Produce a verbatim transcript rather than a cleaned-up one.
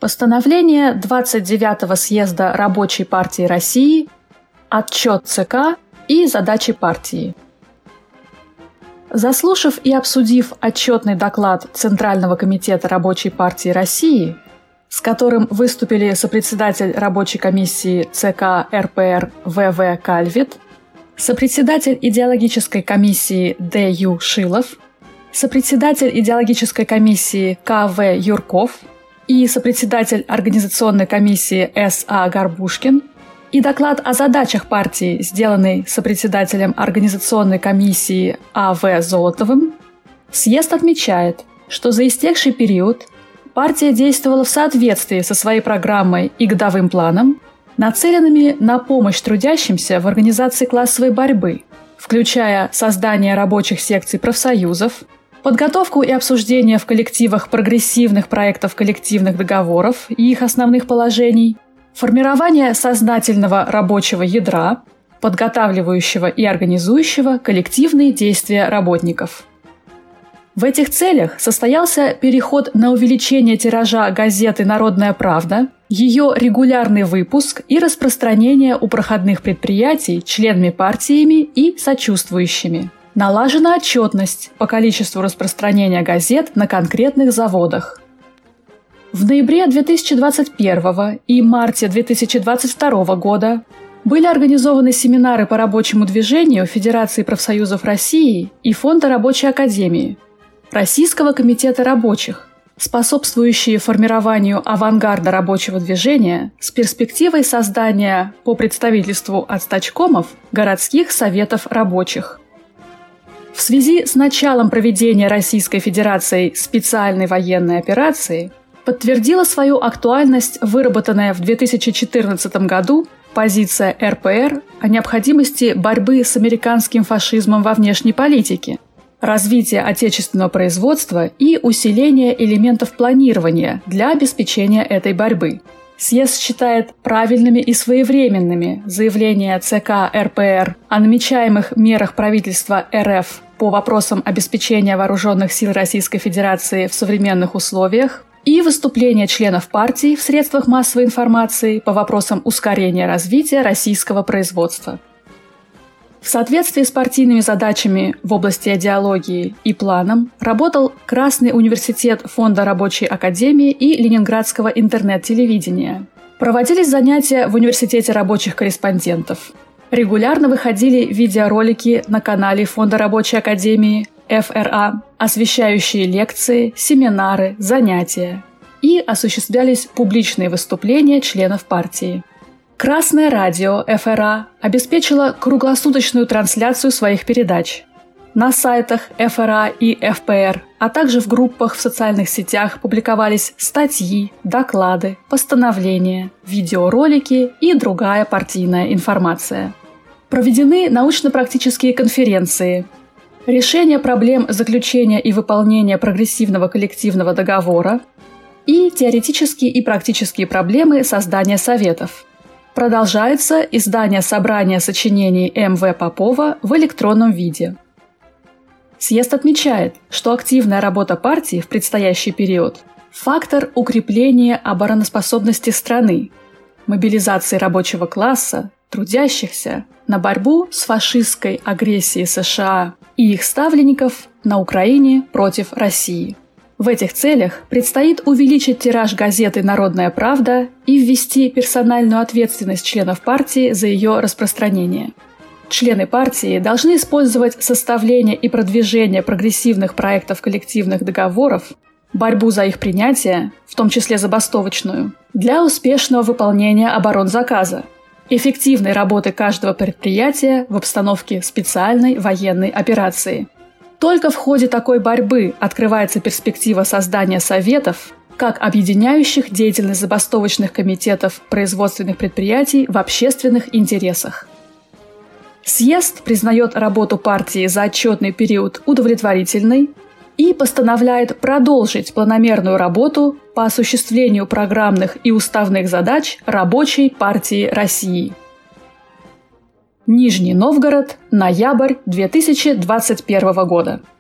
Постановление двадцать девятого съезда Рабочей партии России, отчет ЦК и задачи партии. Заслушав и обсудив отчетный доклад Центрального комитета Рабочей партии России, с которым выступили сопредседатель рабочей комиссии ЦК РПР В В Кальвит, сопредседатель идеологической комиссии Д Ю Шилов, сопредседатель идеологической комиссии К В Юрков и сопредседатель организационной комиссии С А Горбушкин, и доклад о задачах партии, сделанный сопредседателем организационной комиссии А В Золотовым, съезд отмечает, что за истекший период партия действовала в соответствии со своей программой и годовым планом, нацеленными на помощь трудящимся в организации классовой борьбы, включая создание рабочих секций профсоюзов, подготовку и обсуждение в коллективах прогрессивных проектов коллективных договоров и их основных положений, формирование сознательного рабочего ядра, подготавливающего и организующего коллективные действия работников. В этих целях состоялся переход на увеличение тиража газеты «Народная правда», ее регулярный выпуск и распространение у проходных предприятий членами партиями и сочувствующими. Налажена отчетность по количеству распространения газет на конкретных заводах. В ноябре две тысячи двадцать первого и марте две тысячи двадцать второго года были организованы семинары по рабочему движению Федерации профсоюзов России и Фонда рабочей академии, Российского комитета рабочих, способствующие формированию авангарда рабочего движения с перспективой создания по представительству от стачкомов городских советов рабочих. В связи с началом проведения Российской Федерацией специальной военной операции подтвердила свою актуальность выработанная в две тысячи четырнадцатом году позиция Р П Р о необходимости борьбы с американским фашизмом во внешней политике, развития отечественного производства и усиления элементов планирования для обеспечения этой борьбы. Съезд считает правильными и своевременными заявления ЦК Р П Р о намечаемых мерах правительства Р Ф по вопросам обеспечения вооруженных сил Российской Федерации в современных условиях и выступления членов партии в средствах массовой информации по вопросам ускорения развития российского производства. В соответствии с партийными задачами в области идеологии и планом работал Красный университет Фонда рабочей академии и Ленинградского интернет-телевидения. Проводились занятия в Университете рабочих корреспондентов. Регулярно выходили видеоролики на канале Фонда рабочей академии Ф Р А, освещающие лекции, семинары, занятия. И осуществлялись публичные выступления членов партии. Красное радио Ф Р А обеспечило круглосуточную трансляцию своих передач. На сайтах Ф Р А и Ф П Р, а также в группах в социальных сетях публиковались статьи, доклады, постановления, видеоролики и другая партийная информация. Проведены научно-практические конференции, решение проблем заключения и выполнения прогрессивного коллективного договора и теоретические и практические проблемы создания советов. Продолжается издание собрания сочинений М В Попова в электронном виде. Съезд отмечает, что активная работа партии в предстоящий период – фактор укрепления обороноспособности страны, мобилизации рабочего класса, трудящихся на борьбу с фашистской агрессией С Ш А и их ставленников на Украине против России. В этих целях предстоит увеличить тираж газеты «Народная правда» и ввести персональную ответственность членов партии за ее распространение. Члены партии должны использовать составление и продвижение прогрессивных проектов коллективных договоров, борьбу за их принятие, в том числе забастовочную, для успешного выполнения оборонзаказа, эффективной работы каждого предприятия в обстановке специальной военной операции. Только в ходе такой борьбы открывается перспектива создания советов, как объединяющих деятельность забастовочных комитетов производственных предприятий в общественных интересах. Съезд признает работу партии за отчетный период удовлетворительной и постановляет продолжить планомерную работу по осуществлению программных и уставных задач Рабочей партии России. Нижний Новгород, ноябрь две тысячи двадцать первого года.